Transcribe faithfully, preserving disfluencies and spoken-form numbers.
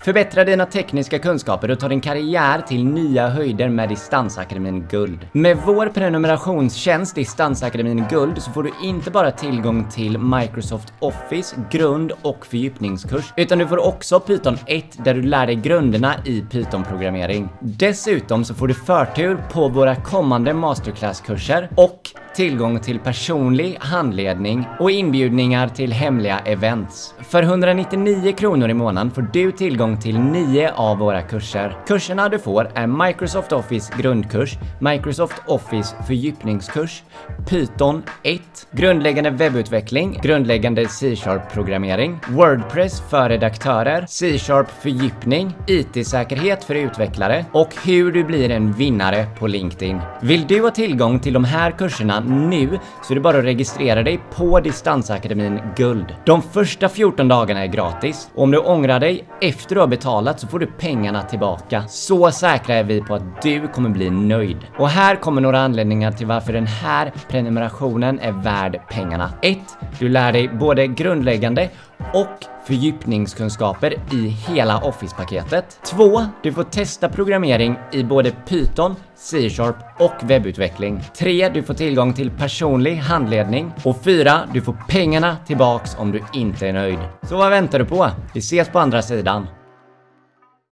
Förbättra dina tekniska kunskaper och ta din karriär till nya höjder med Distansakademin Guld. Med vår prenumerationstjänst Distansakademin Guld så får du inte bara tillgång till Microsoft Office, grund- och fördjupningskurs, utan du får också Python ett där du lär dig grunderna i Python-programmering. Dessutom så får du förtur på våra kommande masterclass-kurser och tillgång till personlig handledning och inbjudningar till hemliga events. För etthundranittionio kronor i månaden får du tillgång till nio av våra kurser. Kurserna du får är Microsoft Office grundkurs, Microsoft Office fördjupningskurs, Python ett, grundläggande webbutveckling, grundläggande C-sharp-programmering, WordPress för redaktörer, C-sharp fördjupning, I T-säkerhet för utvecklare och hur du blir en vinnare på LinkedIn. Vill du ha tillgång till de här kurserna nu så är det bara att registrera dig på Distansakademin Guld. De första fjorton dagarna är gratis och om du ångrar dig efter du har betalat så får du pengarna tillbaka. Så säkra är vi på att du kommer bli nöjd. Och här kommer några anledningar till varför den här prenumerationen är värd pengarna. ett. Du lär dig både grundläggande och fördjupningskunskaper i hela Office-paketet. två. Du får testa programmering i både Python, C-sharp och webbutveckling. tre. Du får tillgång till personlig handledning. Och fyra. Du får pengarna tillbaks om du inte är nöjd. Så vad väntar du på? Vi ses på andra sidan.